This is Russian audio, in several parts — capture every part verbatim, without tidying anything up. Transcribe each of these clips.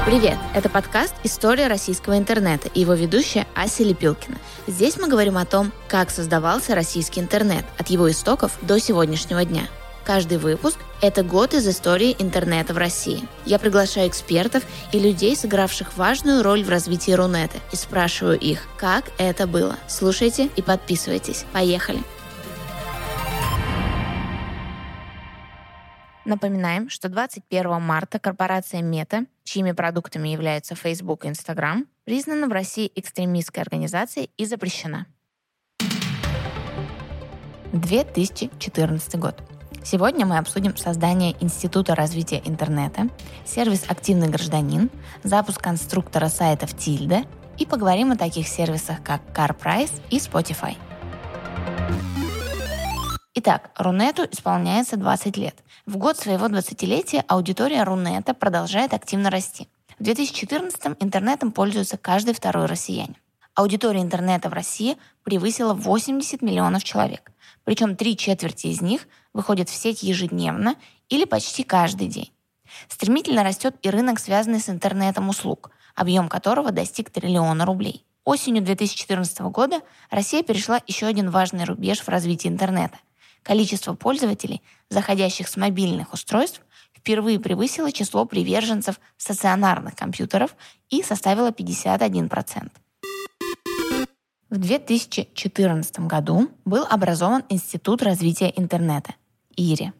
Привет! Это подкаст «История российского интернета» и его ведущая Ася Лепилкина. Здесь мы говорим о том, как создавался российский интернет от его истоков до сегодняшнего дня. Каждый выпуск – это год из истории интернета в России. Я приглашаю экспертов и людей, сыгравших важную роль в развитии Рунета, и спрашиваю их, как это было. Слушайте и подписывайтесь. Поехали! Напоминаем, что двадцать первого марта корпорация Мета, чьими продуктами являются Facebook и Instagram, признана в России экстремистской организацией и запрещена. две тысячи четырнадцатый год. Сегодня мы обсудим создание Института развития интернета, сервис «Активный гражданин», запуск конструктора сайтов Tilda и поговорим о таких сервисах, как CarPrice и Spotify. Итак, Рунету исполняется двадцать лет. В год своего двадцатилетия аудитория Рунета продолжает активно расти. В две тысячи четырнадцатом интернетом пользуется каждый второй россиянин. Аудитория интернета в России превысила восемьдесят миллионов человек. Причем три четверти из них выходят в сеть ежедневно или почти каждый день. Стремительно растет и рынок, связанный с интернетом услуг, объем которого достиг триллиона рублей. Осенью две тысячи четырнадцатого года Россия перешла еще один важный рубеж в развитии интернета. Количество пользователей, заходящих с мобильных устройств, впервые превысило число приверженцев стационарных компьютеров и составило пятьдесят один процент. В две тысячи четырнадцатом году был образован Институт развития интернета – ИРИ.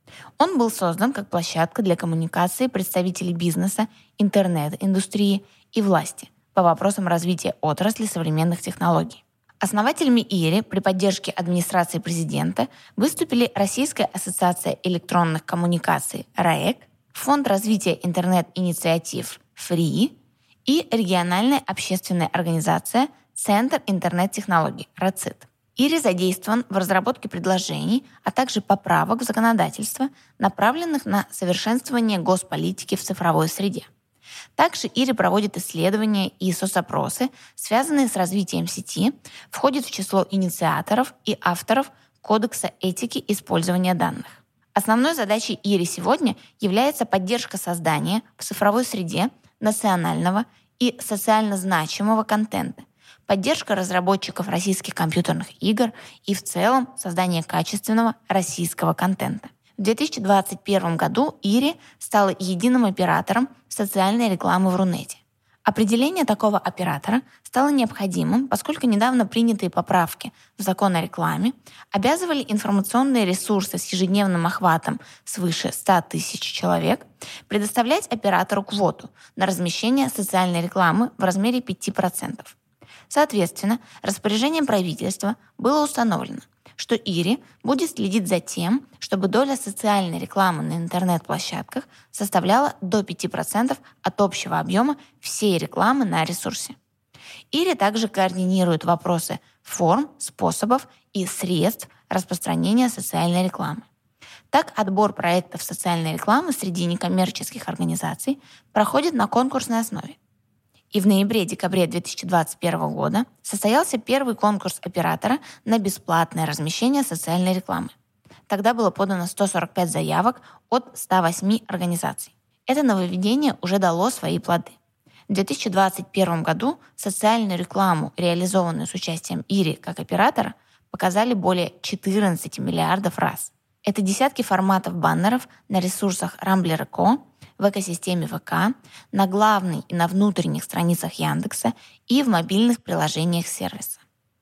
Он был создан как площадка для коммуникации представителей бизнеса, интернет-индустрии и власти по вопросам развития отрасли современных технологий. Основателями ИРИ при поддержке администрации президента выступили Российская ассоциация электронных коммуникаций РАЭК, Фонд развития интернет-инициатив ФРИ и региональная общественная организация Центр интернет-технологий РАЦИТ. ИРИ задействован в разработке предложений, а также поправок в законодательство, направленных на совершенствование госполитики в цифровой среде. Также ИРИ проводит исследования и соцопросы, связанные с развитием сети, входит в число инициаторов и авторов Кодекса этики использования данных. Основной задачей ИРИ сегодня является поддержка создания в цифровой среде национального и социально значимого контента, поддержка разработчиков российских компьютерных игр и в целом создание качественного российского контента. В две тысячи двадцать первом году ИРИ стала единым оператором социальной рекламы в Рунете. Определение такого оператора стало необходимым, поскольку недавно принятые поправки в закон о рекламе обязывали информационные ресурсы с ежедневным охватом свыше ста тысяч человек предоставлять оператору квоту на размещение социальной рекламы в размере пяти процентов. Соответственно, распоряжением правительства было установлено, что ИРИ будет следить за тем, чтобы доля социальной рекламы на интернет-площадках составляла до пяти процентов от общего объема всей рекламы на ресурсе. ИРИ также координирует вопросы форм, способов и средств распространения социальной рекламы. Так, отбор проектов социальной рекламы среди некоммерческих организаций проходит на конкурсной основе. И в ноябре-декабре две тысячи двадцать первого года состоялся первый конкурс оператора на бесплатное размещение социальной рекламы. Тогда было подано сто сорок пять заявок от ста восьми организаций. Это нововведение уже дало свои плоды. В две тысячи двадцать первом году социальную рекламу, реализованную с участием ИРИ как оператора, показали более четырнадцати миллиардов раз. Это десятки форматов баннеров на ресурсах Рамблер точка ко, в экосистеме ВК, на главной и на внутренних страницах Яндекса и в мобильных приложениях сервиса.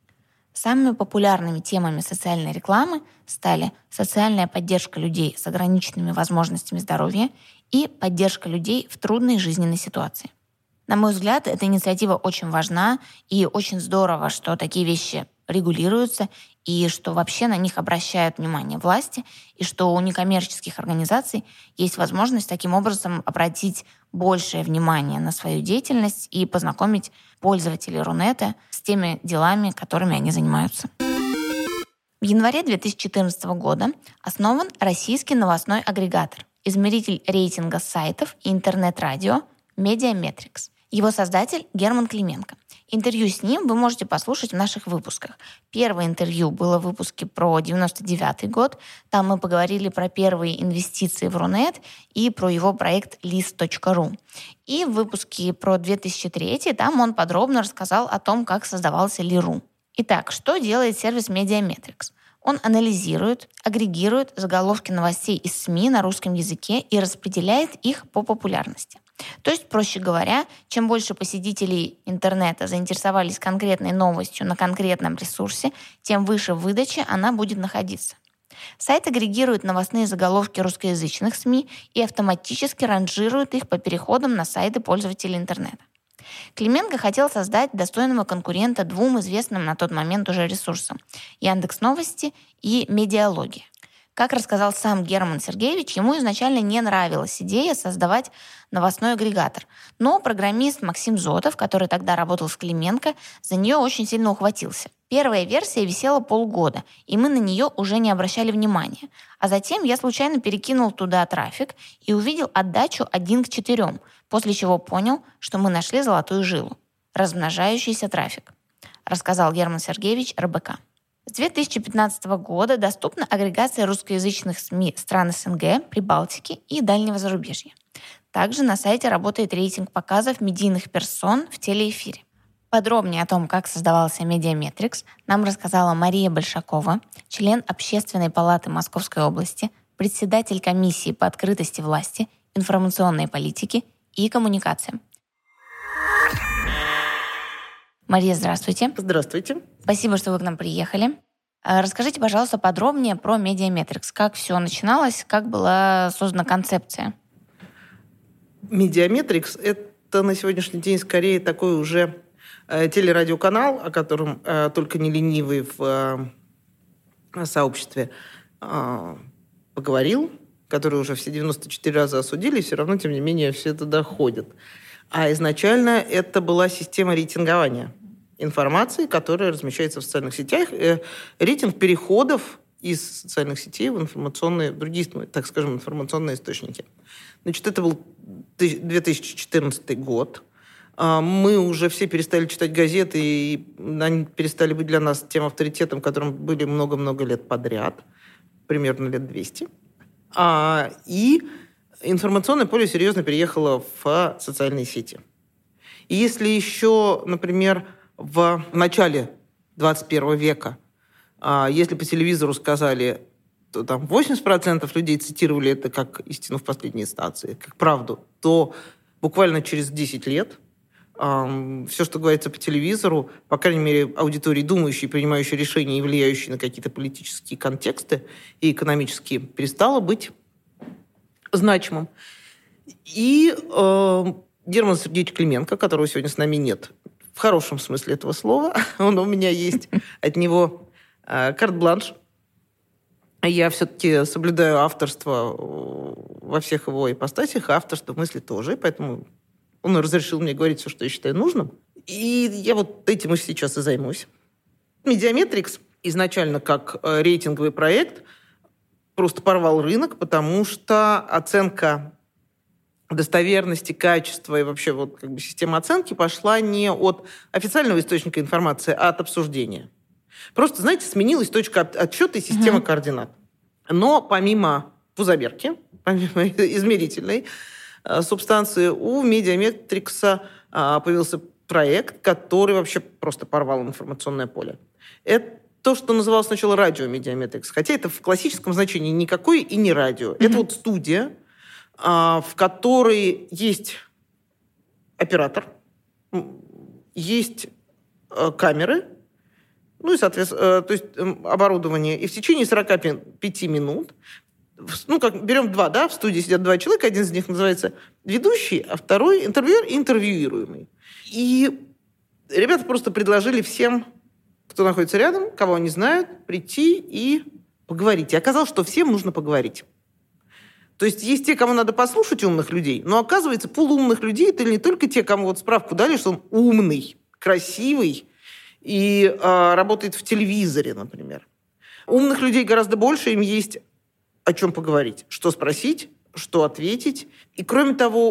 Самыми популярными темами социальной рекламы стали социальная поддержка людей с ограниченными возможностями здоровья и поддержка людей в трудной жизненной ситуации. На мой взгляд, эта инициатива очень важна, и очень здорово, что такие вещи регулируются, и что вообще на них обращают внимание власти, и что у некоммерческих организаций есть возможность таким образом обратить большее внимание на свою деятельность и познакомить пользователей Рунета с теми делами, которыми они занимаются. В январе две тысячи четырнадцатого года основан российский новостной агрегатор, измеритель рейтинга сайтов и интернет-радио Медиаметрикс. Его создатель Герман Клименко. Интервью с ним вы можете послушать в наших выпусках. Первое интервью было в выпуске про девяносто девятый год. Там мы поговорили про первые инвестиции в Рунет и про его проект лист точка ру. И в выпуске про две тысячи третий там он подробно рассказал о том, как создавался Лиру. Итак, что делает сервис Медиаметрикс? Он анализирует, агрегирует заголовки новостей из СМИ на русском языке и распределяет их по популярности. То есть, проще говоря, чем больше посетителей интернета заинтересовались конкретной новостью на конкретном ресурсе, тем выше в выдаче она будет находиться. Сайт агрегирует новостные заголовки русскоязычных СМИ и автоматически ранжирует их по переходам на сайты пользователей интернета. Клименко хотел создать достойного конкурента двум известным на тот момент уже ресурсам – Яндекс.Новости и Медиалогия. Как рассказал сам Герман Сергеевич, ему изначально не нравилась идея создавать новостной агрегатор. Но программист Максим Зотов, который тогда работал с Клименко, за нее очень сильно ухватился. Первая версия висела полгода, и мы на нее уже не обращали внимания. А затем я случайно перекинул туда трафик и увидел отдачу один к четырем, после чего понял, что мы нашли золотую жилу – размножающийся трафик, рассказал Герман Сергеевич эр бэ ка. С две тысячи пятнадцатого года доступна агрегация русскоязычных СМИ стран эс эн гэ, Прибалтики и Дальнего зарубежья. Также на сайте работает рейтинг показов медийных персон в телеэфире. Подробнее о том, как создавался Медиаметрикс, нам рассказала Мария Большакова, член Общественной палаты Московской области, председатель комиссии по открытости власти, информационной политике и коммуникациям. Мария, здравствуйте. Здравствуйте. Спасибо, что вы к нам приехали. Расскажите, пожалуйста, подробнее про Медиаметрикс. Как все начиналось, как была создана концепция? Медиаметрикс — это на сегодняшний день скорее такой уже э, телерадиоканал, о котором э, только не ленивый в э, сообществе э, поговорил, который уже все девяносто четыре раза осудили, и все равно, тем не менее, все это доходит. А изначально это была система рейтингования информации, которая размещается в социальных сетях. Рейтинг переходов из социальных сетей в информационные, в другие, так скажем, информационные источники. Значит, это был две тысячи четырнадцатый год. Мы уже все перестали читать газеты, и они перестали быть для нас тем авторитетом, которым были много-много лет подряд, примерно лет двести. И информационное поле серьезно переехало в социальные сети. И если еще, например, в начале двадцать первого века, если по телевизору сказали, то там восемьдесят процентов людей цитировали это как истину в последней инстанции, как правду, то буквально через десять лет все, что говорится по телевизору, по крайней мере, аудитории, думающей, принимающей решения и влияющей на какие-то политические контексты и экономические, перестало быть значимым. И э, Герман Сергеевич Клименко, которого сегодня с нами нет, в хорошем смысле этого слова, он у меня есть, от него э, карт-бланш. Я все-таки соблюдаю авторство во всех его ипостасях, авторство мысли тоже, поэтому он разрешил мне говорить все, что я считаю нужным. И я вот этим и сейчас и займусь. Медиаметрикс изначально как э, рейтинговый проект просто порвал рынок, потому что оценка достоверности, качества и вообще вот как бы система оценки пошла не от официального источника информации, а от обсуждения. Просто, знаете, сменилась точка отсчета и система mm-hmm. координат. Но помимо пузоберки, помимо измерительной э, субстанции, у Медиаметрикса э, появился проект, который вообще просто порвал информационное поле. Это то, что называлось сначала радио Медиаметрикс, хотя это в классическом значении никакое и не радио. Mm-hmm. Это вот студия, в которой есть оператор, есть камеры, ну и, соответственно, то есть оборудование. И в течение сорок пять минут, ну, как берем два, да, в студии сидят два человека, один из них называется ведущий, а второй интервьюер и интервьюируемый. И ребята просто предложили всем, кто находится рядом, кого они знают, прийти и поговорить. И оказалось, что всем нужно поговорить. То есть есть те, кому надо послушать умных людей, но оказывается, полуумных людей — это не только те, кому вот справку дали, что он умный, красивый и э, работает в телевизоре, например. Умных людей гораздо больше, им есть о чем поговорить, что спросить, что ответить. И кроме того,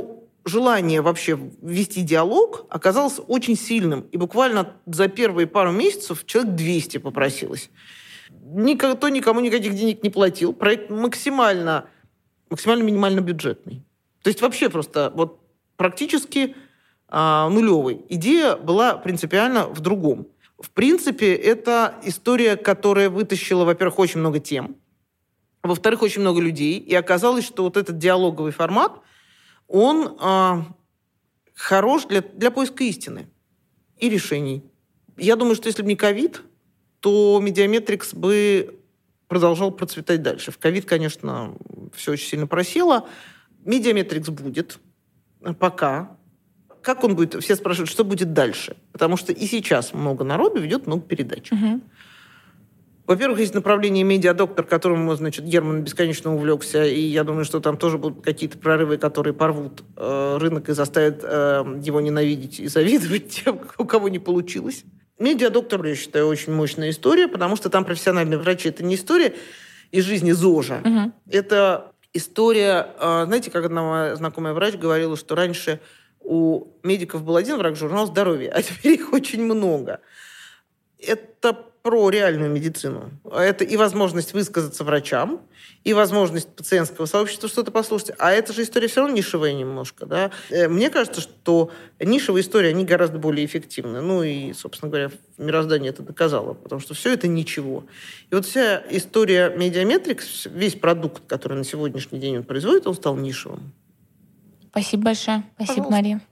желание вообще вести диалог оказалось очень сильным. И буквально за первые пару месяцев человек двести попросилось. Никто никому никаких денег не платил. Проект максимально, максимально минимально бюджетный. То есть вообще просто вот практически а, нулевый. Идея была принципиально в другом. В принципе, это история, которая вытащила, во-первых, очень много тем, во-вторых, очень много людей. И оказалось, что вот этот диалоговый формат, он а, хорош для, для поиска истины и решений. Я думаю, что если бы не ковид, то Медиаметрикс бы продолжал процветать дальше. В ковид, конечно, все очень сильно просело. Медиаметрикс будет пока. Как он будет? Все спрашивают, что будет дальше. Потому что и сейчас много народу ведет много передач. Угу. Во-первых, есть направление «Медиадоктор», которым, значит, Герман бесконечно увлекся, и я думаю, что там тоже будут какие-то прорывы, которые порвут э, рынок и заставят э, его ненавидеть и завидовать тем, у кого не получилось. «Медиадоктор», я считаю, очень мощная история, потому что там профессиональные врачи. Это не история из жизни ЗОЖа. Угу. Это история... Э, знаете, как одна моя знакомая врач говорила, что раньше у медиков был один враг, журнал «Здоровье», а теперь их очень много. Это про реальную медицину. Это и возможность высказаться врачам, и возможность пациентского сообщества что-то послушать. А это же история все равно нишевая немножко. Да? Мне кажется, что нишевые истории, они гораздо более эффективны. Ну и, собственно говоря, мироздание это доказало, потому что все это ничего. И вот вся история Медиаметрикс, весь продукт, который на сегодняшний день он производит, он стал нишевым. Спасибо большое. Спасибо, Пожалуйста. Мария.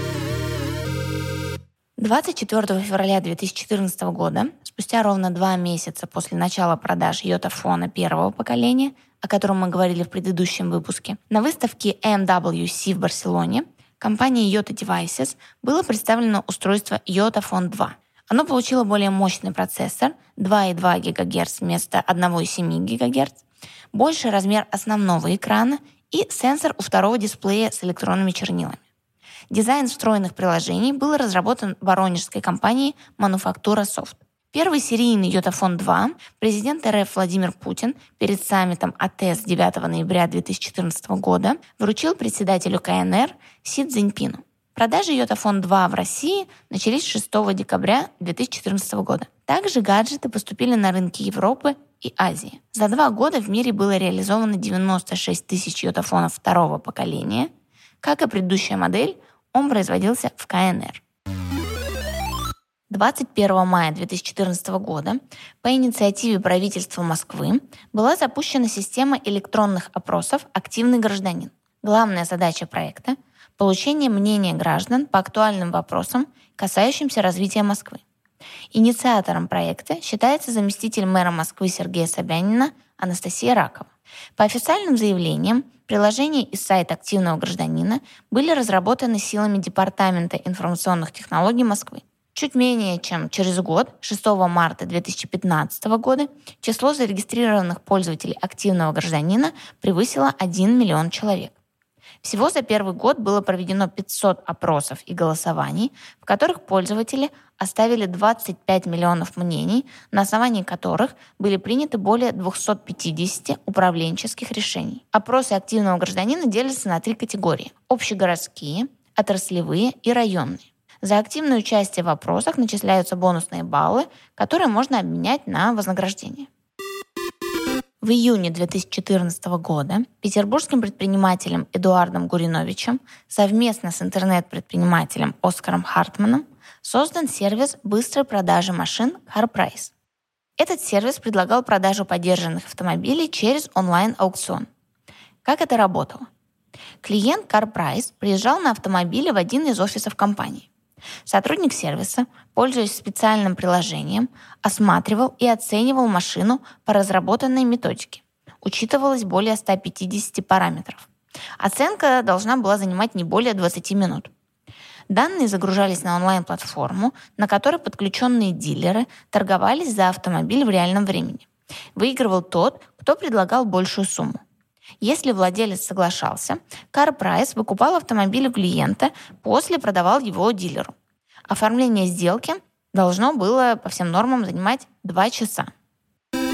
двадцать четвёртого февраля две тысячи четырнадцатого года, спустя ровно два месяца после начала продаж йотафона первого поколения, о котором мы говорили в предыдущем выпуске, на выставке эм дабл ю си в Барселоне компанией Yota Devices было представлено устройство йотафон два. Оно получило более мощный процессор два и два гигагерца вместо один и семь гигагерца, больший размер основного экрана и сенсор у второго дисплея с электронными чернилами. Дизайн встроенных приложений был разработан воронежской компанией «Мануфактура Софт». Первый серийный йотафон два президент эр эф Владимир Путин перед саммитом АТЭС девятого ноября две тысячи четырнадцатого года вручил председателю ка эн эр Си Цзиньпину. Продажи йотафон два в России начались шестого декабря две тысячи четырнадцатого года. Также гаджеты поступили на рынки Европы и Азии. За два года в мире было реализовано девяносто шесть тысяч йотафонов второго поколения. Как и предыдущая модель, он производился в ка эн эр. двадцать первого мая две тысячи четырнадцатого года по инициативе правительства Москвы была запущена система электронных опросов «Активный гражданин». Главная задача проекта – получение мнения граждан по актуальным вопросам, касающимся развития Москвы. Инициатором проекта считается заместитель мэра Москвы Сергея Собянина Анастасия Ракова. По официальным заявлениям, приложение и сайт активного гражданина были разработаны силами Департамента информационных технологий Москвы. Чуть менее чем через год, шестого марта две тысячи пятнадцатого года, число зарегистрированных пользователей активного гражданина превысило один миллион человек. Всего за первый год было проведено пятьсот опросов и голосований, в которых пользователи оставили двадцать пять миллионов мнений, на основании которых были приняты более двести пятьдесят управленческих решений. Опросы активного гражданина делятся на три категории – общегородские, отраслевые и районные. За активное участие в опросах начисляются бонусные баллы, которые можно обменять на вознаграждение. В июне две тысячи четырнадцатого года петербургским предпринимателем Эдуардом Гуриновичем совместно с интернет-предпринимателем Оскаром Хартманом создан сервис быстрой продажи машин CarPrice. Этот сервис предлагал продажу подержанных автомобилей через онлайн-аукцион. Как это работало? Клиент CarPrice приезжал на автомобиле в один из офисов компании. Сотрудник сервиса, пользуясь специальным приложением, осматривал и оценивал машину по разработанной методике. Учитывалось более ста пятидесяти параметров. Оценка должна была занимать не более двадцати минут. Данные загружались на онлайн-платформу, на которой подключенные дилеры торговались за автомобиль в реальном времени. Выигрывал тот, кто предлагал большую сумму. Если владелец соглашался, CarPrice выкупал автомобиль у клиента, после продавал его дилеру. Оформление сделки должно было по всем нормам занимать два часа.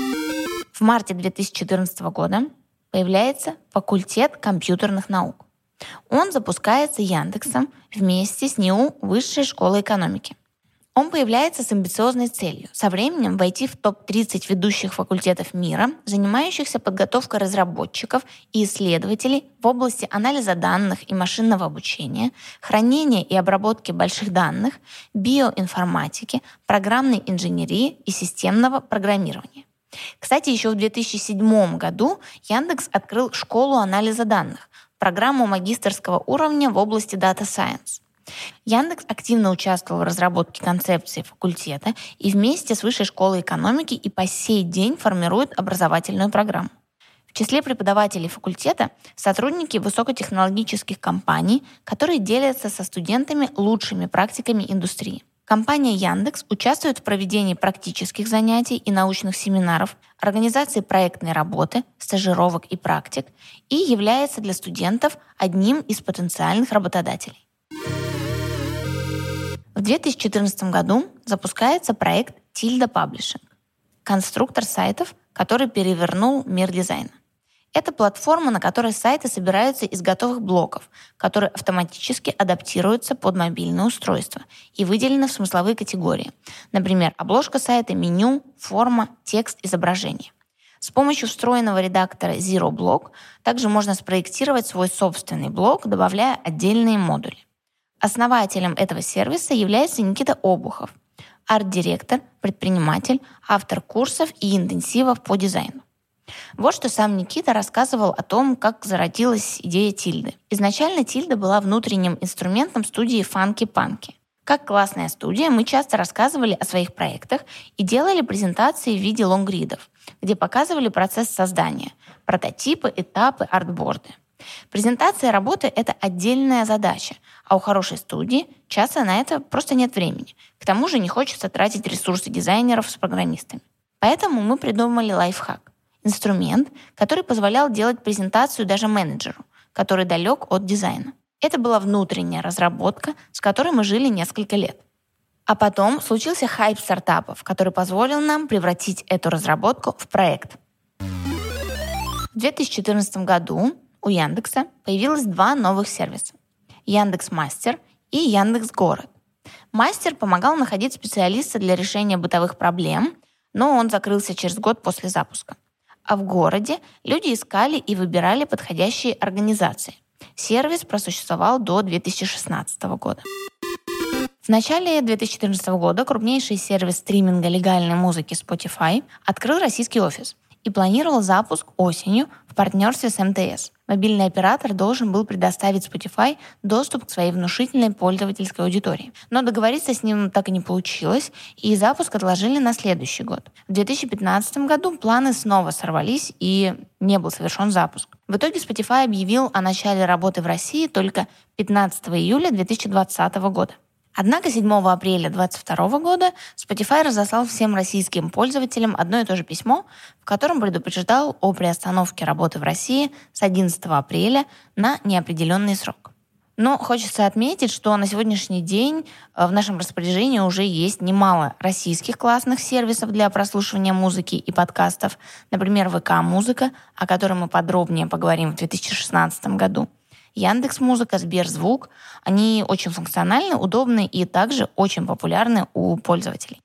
В марте две тысячи четырнадцатого года появляется факультет компьютерных наук. Он запускается Яндексом вместе с НИУ Высшей школы экономики. Он появляется с амбициозной целью со временем войти в топ тридцать ведущих факультетов мира, занимающихся подготовкой разработчиков и исследователей в области анализа данных и машинного обучения, хранения и обработки больших данных, биоинформатики, программной инженерии и системного программирования. Кстати, еще в две тысячи седьмом году Яндекс открыл школу анализа данных, программу магистерского уровня в области Data Science. Яндекс активно участвовал в разработке концепции факультета и вместе с Высшей школой экономики и по сей день формирует образовательную программу. В числе преподавателей факультета сотрудники высокотехнологических компаний, которые делятся со студентами лучшими практиками индустрии. Компания Яндекс участвует в проведении практических занятий и научных семинаров, организации проектной работы, стажировок и практик и является для студентов одним из потенциальных работодателей. В две тысячи четырнадцатом году запускается проект Tilda Publishing, конструктор сайтов, который перевернул мир дизайна. Это платформа, на которой сайты собираются из готовых блоков, которые автоматически адаптируются под мобильное устройство и выделены в смысловые категории. Например, обложка сайта, меню, форма, текст, изображение. С помощью встроенного редактора Zero Block также можно спроектировать свой собственный блок, добавляя отдельные модули. Основателем этого сервиса является Никита Обухов, арт-директор, предприниматель, автор курсов и интенсивов по дизайну. Вот что сам Никита рассказывал о том, как зародилась идея Тильды. Изначально Тильда была внутренним инструментом студии Фанки-Панки. Как классная студия, мы часто рассказывали о своих проектах и делали презентации в виде лонгридов, где показывали процесс создания, прототипы, этапы, артборды. Презентация работы — это отдельная задача, а у хорошей студии часто на это просто нет времени. К тому же не хочется тратить ресурсы дизайнеров с программистами. Поэтому мы придумали лайфхак — инструмент, который позволял делать презентацию даже менеджеру, который далек от дизайна. Это была внутренняя разработка, с которой мы жили несколько лет. А потом случился хайп стартапов, который позволил нам превратить эту разработку в проект. В две тысячи четырнадцатом году у Яндекса появилось два новых сервиса – Яндекс.Мастер и Яндекс.Город. Мастер помогал находить специалиста для решения бытовых проблем, но он закрылся через год после запуска. А в Городе люди искали и выбирали подходящие организации. Сервис просуществовал до две тысячи шестнадцатого года. В начале две тысячи четырнадцатого года крупнейший сервис стриминга легальной музыки Spotify открыл российский офис и планировал запуск осенью в партнерстве с эм тэ эс. Мобильный оператор должен был предоставить Spotify доступ к своей внушительной пользовательской аудитории. Но договориться с ним так и не получилось, и запуск отложили на следующий год. В две тысячи пятнадцатом году планы снова сорвались, и не был совершен запуск. В итоге Spotify объявил о начале работы в России только пятнадцатого июля две тысячи двадцатого года. Однако седьмого апреля две тысячи двадцать второго года Spotify разослал всем российским пользователям одно и то же письмо, в котором предупреждал о приостановке работы в России с одиннадцатого апреля на неопределенный срок. Но хочется отметить, что на сегодняшний день в нашем распоряжении уже есть немало российских классных сервисов для прослушивания музыки и подкастов, например, вэ ка-музыка, о которой мы подробнее поговорим в две тысячи шестнадцатом году, Яндекс.Музыка, Сберзвук. Они очень функциональны, удобны и также очень популярны у пользователей.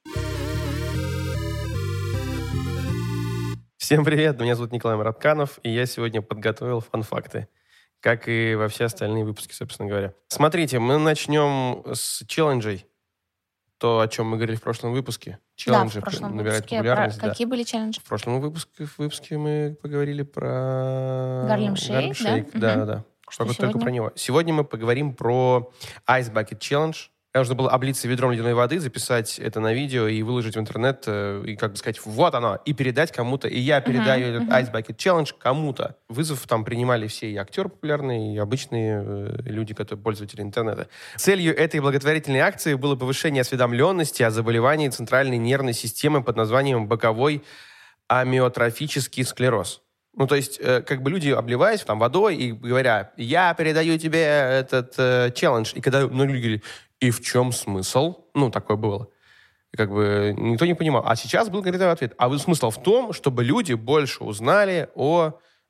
Всем привет, меня зовут Николай Маратканов, и я сегодня подготовил фан-факты, как и во все остальные выпуски, собственно говоря. Смотрите, мы начнем с челленджей, то, о чем мы говорили в прошлом выпуске. Челленджи да, в прошлом набирают выпуске. популярность. Про... Да. Какие были челленджи? В прошлом выпуске, в выпуске мы поговорили про... Гарлем Шейк, Шейк, да? Да, да. Что Только, сегодня? только про него. Сегодня мы поговорим про Ice Bucket Challenge. Нужно было облиться ведром ледяной воды, записать это на видео и выложить в интернет, и, как бы сказать, вот оно, и передать кому-то. И я передаю uh-huh, этот uh-huh. Ice Bucket Challenge кому-то. Вызов там принимали все и актеры популярные, и обычные э, люди, которые пользователи интернета. Целью этой благотворительной акции было повышение осведомленности о заболевании центральной нервной системы под названием боковой амиотрофический склероз. Ну, то есть, э, как бы люди, обливаясь там водой и говоря, я передаю тебе этот э, челлендж. И когда многие люди говорили, и в чем смысл? Ну, такое было. И как бы никто не понимал. А сейчас был конкретный ответ. А смысл в том, чтобы люди больше узнали о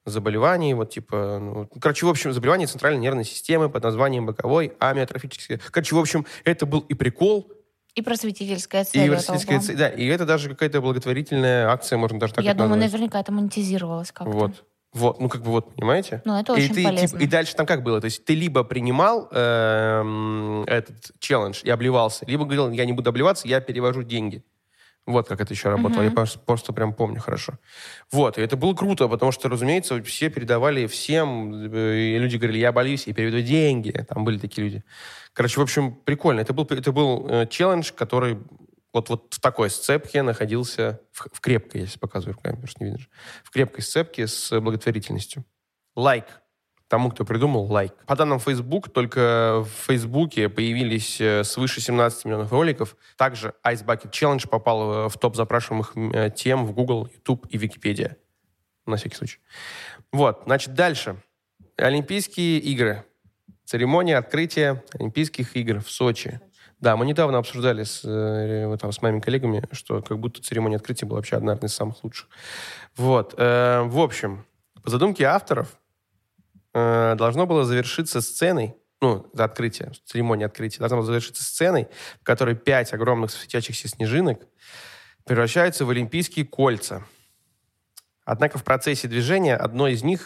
заболеваний, вот типа, ну, короче, в общем, заболеваний центральной нервной системы под названием боковой амиотрофический. Короче, в общем, это был и прикол, и просветительская цель. И просветительская цель, да, и это даже какая-то благотворительная акция, можно даже так Я думаю, назвать. наверняка это монетизировалось как-то. Вот. Вот, ну как бы вот, понимаете? Ну, это и очень ты, полезно. Типа, и дальше там как было? То есть ты либо принимал э, этот челлендж и обливался, либо говорил, я не буду обливаться, я перевожу деньги. Вот как это еще работало. Uh-huh. Я просто прям помню хорошо. Вот, и это было круто, потому что, разумеется, все передавали всем, и люди говорили, я обольюсь, я переведу деньги. Там были такие люди. Короче, в общем, прикольно. Это был, это был э, челлендж, который вот, вот в такой сцепке находился, в, в крепкой, я сейчас показываю руками, потому что не видно же, в крепкой сцепке с благотворительностью. Лайк. Тому, кто придумал, лайк. По данным Facebook, только в Фейсбуке появились свыше семнадцати миллионов роликов. Также Ice Bucket Challenge попал в топ запрашиваемых тем в Google, YouTube и Википедия. На всякий случай. Вот, значит, дальше. Олимпийские игры. Церемония открытия Олимпийских игр в Сочи. Да, мы недавно обсуждали с, там, с моими коллегами, что как будто церемония открытия была вообще одна из самых лучших. Вот. Э, в общем, по задумке авторов, должно было завершиться сценой, ну, за открытие, церемония открытия, должна была завершиться сценой, в которой пять огромных светящихся снежинок превращаются в олимпийские кольца. Однако в процессе движения одно из них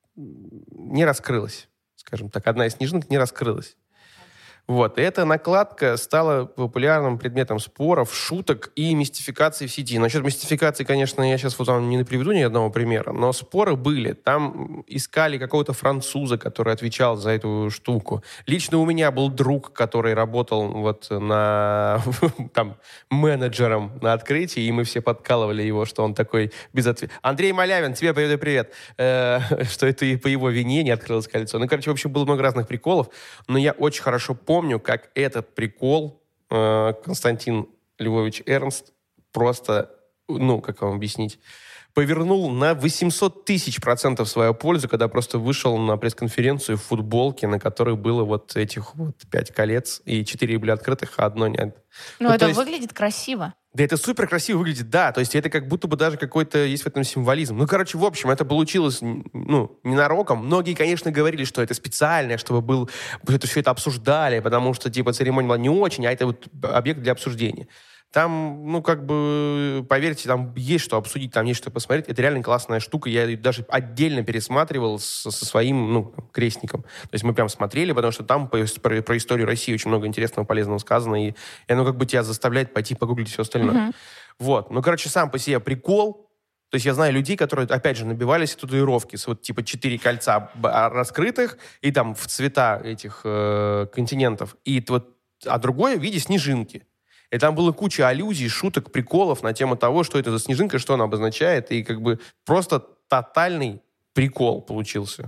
не раскрылось, скажем так, одна из снежинок не раскрылась. Вот. И эта накладка стала популярным предметом споров, шуток и мистификации в сети. Насчет мистификации, конечно, я сейчас вот вам не приведу ни одного примера, но споры были. Там искали какого-то француза, который отвечал за эту штуку. Лично у меня был друг, который работал вот на там менеджером на открытии, и мы все подкалывали его, что он такой без ответа. Андрей Малявин, тебе привет, привет. Э, что это и по его вине не открылось кольцо. Ну, короче, в общем, было много разных приколов, но я очень хорошо помню, Помню, как этот прикол э, Константин Львович Эрнст просто, ну, как вам объяснить, повернул на восемьсот тысяч процентов в свою пользу, когда просто вышел на пресс-конференцию в футболке, на которой было вот этих вот пять колец, и четыре были открытых, а одно нет. Ну, ну это есть... выглядит красиво. Да это супер красиво выглядит, да. То есть это как будто бы даже какой-то есть в этом символизм. Ну, короче, в общем, это получилось, ну, ненароком. Многие, конечно, говорили, что это специально, чтобы был, это все это обсуждали, потому что, типа, церемония была не очень, а это вот объект для обсуждения. Там, ну, как бы, поверьте, там есть что обсудить, там есть что посмотреть. Это реально классная штука. Я ее даже отдельно пересматривал со, со своим, ну, крестником. То есть мы прям смотрели, потому что там по, про, про историю России очень много интересного, полезного сказано, и, и оно как бы тебя заставляет пойти погуглить все остальное. Mm-hmm. Вот. Ну, короче, сам по себе прикол. То есть я знаю людей, которые, опять же, набивались татуировки с вот типа четыре кольца раскрытых и там в цвета этих э, континентов. И вот, а другое в виде снежинки. И там была куча аллюзий, шуток, приколов на тему того, что это за снежинка, что она обозначает. И как бы просто тотальный прикол получился.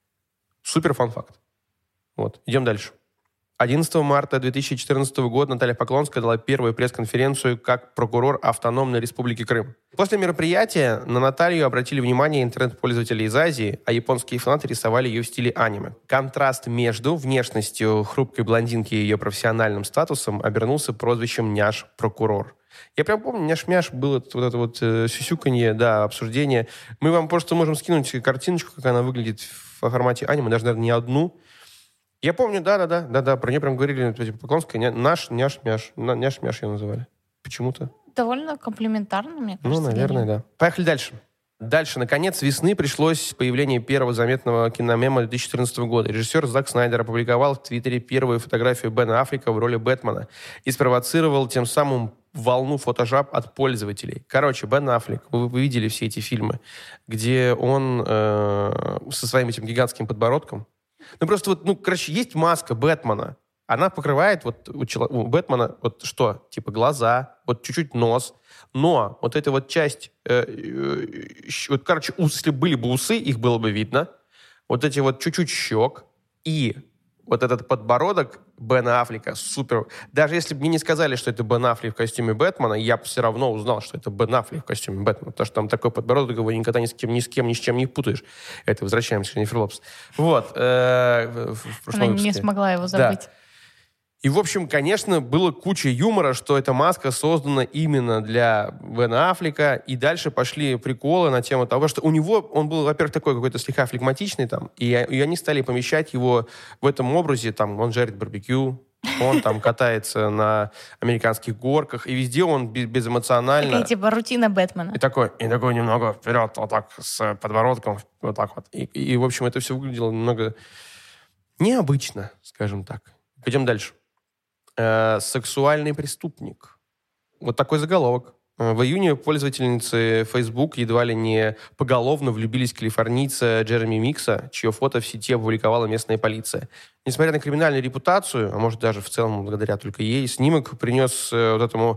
Супер фан-факт. Вот, идем дальше. одиннадцатого марта две тысячи четырнадцатого года Наталья Поклонская дала первую пресс-конференцию как прокурор Автономной Республики Крым. После мероприятия на Наталью обратили внимание интернет-пользователи из Азии, а японские фанаты рисовали ее в стиле аниме. Контраст между внешностью хрупкой блондинки и ее профессиональным статусом обернулся прозвищем «Няш-прокурор». Я прям помню, няш-мяш было вот это вот э, сюсюканье, да, обсуждение. Мы вам просто можем скинуть картиночку, как она выглядит в формате аниме, даже, наверное, не одну. Я помню, да-да-да, да-да, про нее прям говорили, типа, Поклонская, наш, няш-мяш, няш-мяш ее называли. Почему-то. Довольно комплиментарно, мне кажется. Ну, наверное, да. Поехали дальше. Дальше, наконец, весны пришлось появление первого заметного киномема две тысячи четырнадцатого года. Режиссер Зак Снайдер опубликовал в Твиттере первую фотографию Бена Аффлека в роли Бэтмена и спровоцировал тем самым волну фотожаб от пользователей. Короче, Бен Аффлек, вы, вы видели все эти фильмы, где он э, со своим этим гигантским подбородком. Ну, просто вот, ну, короче, есть маска Бэтмена. Она покрывает вот у, чело- у Бэтмена вот что? Типа глаза, вот чуть-чуть нос. Но вот эта вот часть, э, э, вот, короче, ус, если были бы усы, их было бы видно. Вот эти вот чуть-чуть щек и вот этот подбородок Бена Аффлека супер. Даже если бы мне не сказали, что это Бен Аффлек в костюме Бэтмена, я бы все равно узнал, что это Бен Аффлек в костюме Бэтмена. Потому что там такой подбородок, его никогда ни с кем, ни с кем, ни с чем не путаешь. Это возвращаемся к Дженнифер Лопес. Вот. Э, в, в Она не смогла его забыть. Да. И, в общем, конечно, было куча юмора, что эта маска создана именно для Бена Аффлека. И дальше пошли приколы на тему того, что у него, он был, во-первых, такой какой-то слегка флегматичный там, и, и они стали помещать его в этом образе, там, он жарит барбекю, он там катается на американских горках, и везде он безэмоционально... Такая типа рутина Бэтмена. И такой, и такой немного вперед, вот так, с подбородком, вот так вот. И, и, в общем, это все выглядело немного необычно, скажем так. Пойдем дальше. Э, сексуальный преступник. Вот такой заголовок. В июне пользовательницы Facebook едва ли не поголовно влюбились в калифорнийца Джереми Микса, чье фото в сети опубликовала местная полиция. Несмотря на криминальную репутацию, а может даже в целом благодаря только ей, снимок принес вот этому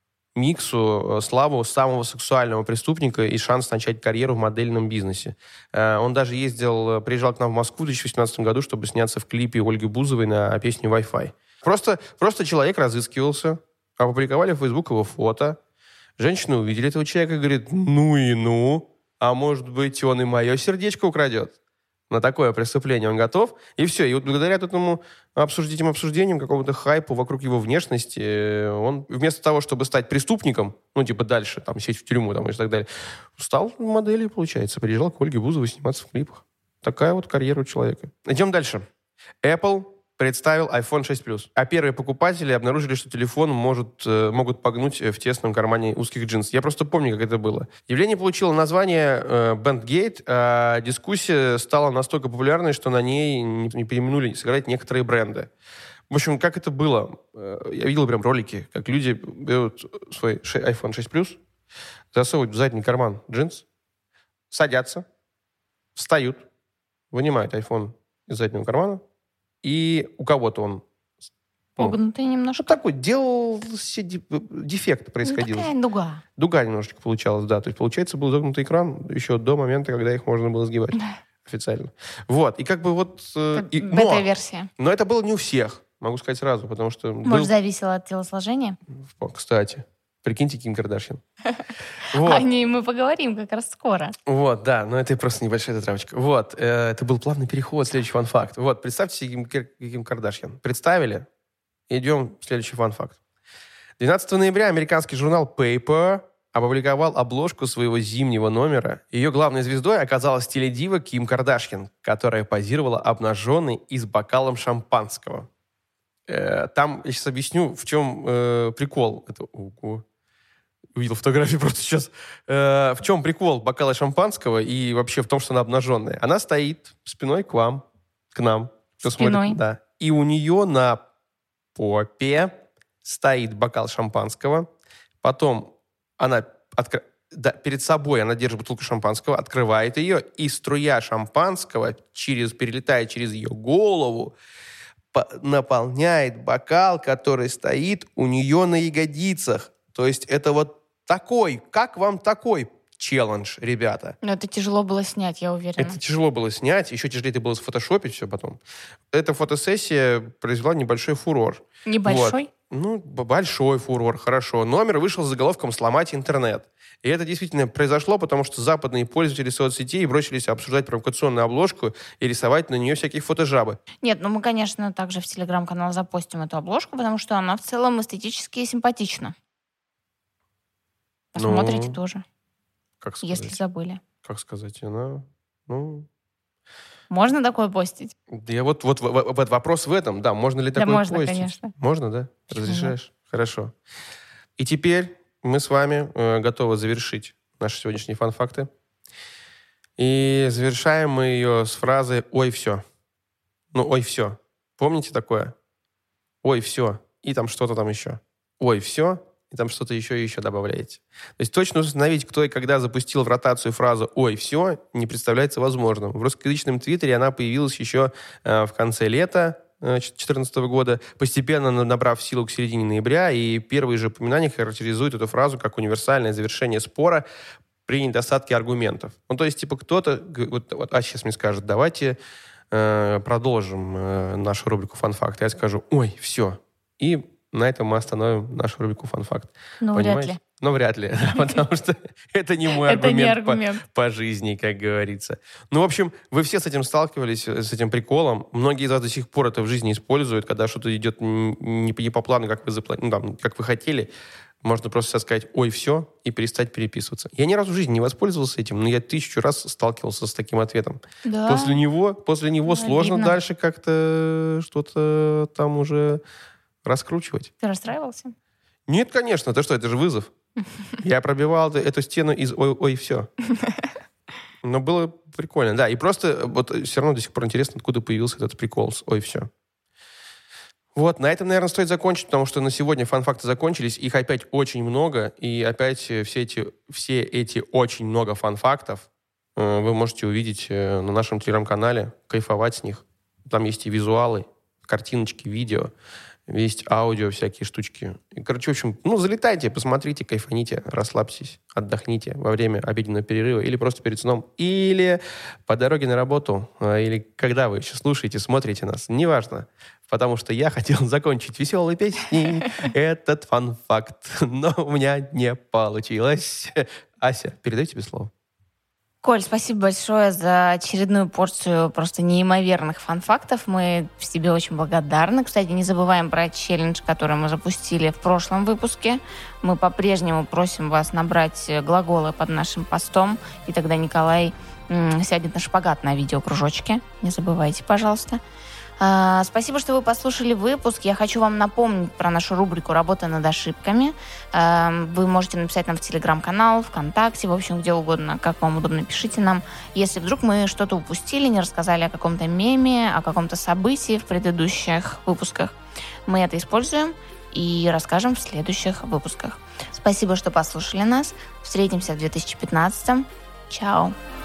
Миксу славу самого сексуального преступника и шанс начать карьеру в модельном бизнесе. Он даже ездил, приезжал к нам в Москву в две тысячи восемнадцатом году, чтобы сняться в клипе Ольги Бузовой на песню Wi-Fi. Просто, просто человек разыскивался, опубликовали в Facebook его фото. Женщины увидели этого человека и говорят, ну и ну, а может быть, он и мое сердечко украдет? На такое преступление он готов. И все. И вот благодаря этому обсуждениям, обсуждениям, какому-то хайпу вокруг его внешности, он вместо того, чтобы стать преступником, ну, типа дальше, там, сесть в тюрьму там, и так далее, стал моделью, получается. Приезжал к Ольге Бузовой сниматься в клипах. Такая вот карьера у человека. Идем дальше. Apple представил айфон шесть плюс. А первые покупатели обнаружили, что телефон может, э, могут погнуть в тесном кармане узких джинс. Я просто помню, как это было. Явление получило название э, Bandgate, а дискуссия стала настолько популярной, что на ней не, не переименовали сыграть некоторые бренды. В общем, как это было? Я видел прям ролики, как люди берут свой айфон шесть плюс, засовывают в задний карман джинс, садятся, встают, вынимают айфон из заднего кармана, и у кого-то он... Погнутый ну, немножко. Вот такой, делался дефект происходил. Ну, такая дуга. Дуга немножечко получалась, да. То есть, получается, был загнутый экран еще до момента, когда их можно было сгибать официально. Вот. И как бы вот... И, бета-версия. Но, но это было не у всех, могу сказать сразу, потому что... Может, был... зависело от телосложения? Кстати. Прикиньте, Ким Кардашьян. Вот. О ней мы поговорим как раз скоро. Вот, да, но это просто небольшая затравочка. Вот, э, это был плавный переход, следующий фан-факт. Вот, представьте себе Ким, Ким Кардашьян. Представили? Идем в следующий фан-факт. двенадцатого ноября американский журнал Paper опубликовал обложку своего зимнего номера. Ее главной звездой оказалась теледива Ким Кардашьян, которая позировала обнаженной и с бокалом шампанского. Э, там, я сейчас объясню, в чем э, прикол. Это, ого. Увидел фотографии просто сейчас. Э, в чем прикол бокала шампанского и вообще в том, что она обнаженная? Она стоит спиной к вам, к нам. Кто спиной? Смотрит, да. И у нее на попе стоит бокал шампанского. Потом она откр... да, перед собой она держит бутылку шампанского, открывает ее, и струя шампанского через... перелетает через ее голову, по... наполняет бокал, который стоит у нее на ягодицах. То есть это вот такой, как вам такой челлендж, ребята? Но это тяжело было снять, я уверена. Это тяжело было снять, еще тяжелее это было сфотошопить все потом. Эта фотосессия произвела небольшой фурор. Небольшой? Вот. Ну, большой фурор, хорошо. Номер вышел с заголовком «Сломать интернет». И это действительно произошло, потому что западные пользователи соцсетей бросились обсуждать провокационную обложку и рисовать на нее всякие фотожабы. Нет, ну мы, конечно, также в Телеграм-канал запостим эту обложку, потому что она в целом эстетически симпатична. Посмотрите ну, тоже. Как сказать? Если забыли. Как сказать? Она, ну... Можно такое постить? Да я вот, вот, вот, вот вопрос в этом, да, можно ли да такое можно, постить? Конечно. Можно, да? Почему? Разрешаешь? Хорошо. И теперь мы с вами э, готовы завершить наши сегодняшние фан-факты. И завершаем мы ее с фразы «Ой, все». Ну, «Ой, все». Помните такое? «Ой, все». И там что-то там еще. «Ой, все». И там что-то еще и еще добавляете. То есть точно установить, кто и когда запустил в ротацию фразу «Ой, все» не представляется возможным. В русскоязычном твиттере она появилась еще э, в конце лета две тысячи четырнадцатого года, постепенно набрав силу к середине ноября, и первые же упоминания характеризуют эту фразу как универсальное завершение спора при недостатке аргументов. Ну, то есть, типа, кто-то, вот, вот а сейчас мне скажет, давайте э, продолжим э, нашу рубрику «Фан-факт». Я скажу «Ой, все». И на этом мы остановим нашу рубрику «Фан-факт». Ну, вряд ли. Но вряд ли, потому что это не мой аргумент по жизни, как говорится. Ну, в общем, вы все с этим сталкивались, с этим приколом. Многие из вас до сих пор это в жизни используют, когда что-то идет не по плану, как вы запланировали, ну, там, как вы хотели. Можно просто сказать «ой, все» и перестать переписываться. Я ни разу в жизни не воспользовался этим, но я тысячу раз сталкивался с таким ответом. Да. После него, после него сложно обидно. Дальше как-то что-то там уже раскручивать. Ты расстраивался? Нет, конечно. Это что, это же вызов. Я пробивал эту стену из «ой, ой, все». Но было прикольно. Да, и просто вот все равно до сих пор интересно, откуда появился этот прикол с «ой, все». Вот, на этом, наверное, стоит закончить, потому что на сегодня фан-факты закончились. Их опять очень много, и опять все эти, все эти очень много фан-фактов э, вы можете увидеть э, на нашем телеграм-канале, кайфовать с них. Там есть и визуалы, картиночки, видео, есть аудио, всякие штучки. И, короче, в общем, ну, залетайте, посмотрите, кайфаните, расслабьтесь, отдохните во время обеденного перерыва или просто перед сном, или по дороге на работу, или когда вы еще слушаете, смотрите нас, неважно. Потому что я хотел закончить веселой песней этот фан-факт, но у меня не получилось. Ася, передаю тебе слово. Коль, спасибо большое за очередную порцию просто неимоверных фан-фактов. Мы тебе очень благодарны. Кстати, не забываем про челлендж, который мы запустили в прошлом выпуске. Мы по-прежнему просим вас набрать глаголы под нашим постом, и тогда Николай м- сядет на шпагат на видеокружочке. Не забывайте, пожалуйста. Uh, спасибо, что вы послушали выпуск. Я хочу вам напомнить про нашу рубрику «Работа над ошибками». Uh, вы можете написать нам в Телеграм-канал, ВКонтакте, в общем, где угодно, как вам удобно, пишите нам. Если вдруг мы что-то упустили, не рассказали о каком-то меме, о каком-то событии в предыдущих выпусках, мы это используем и расскажем в следующих выпусках. Спасибо, что послушали нас. Встретимся в две тысячи пятнадцатом. Чао!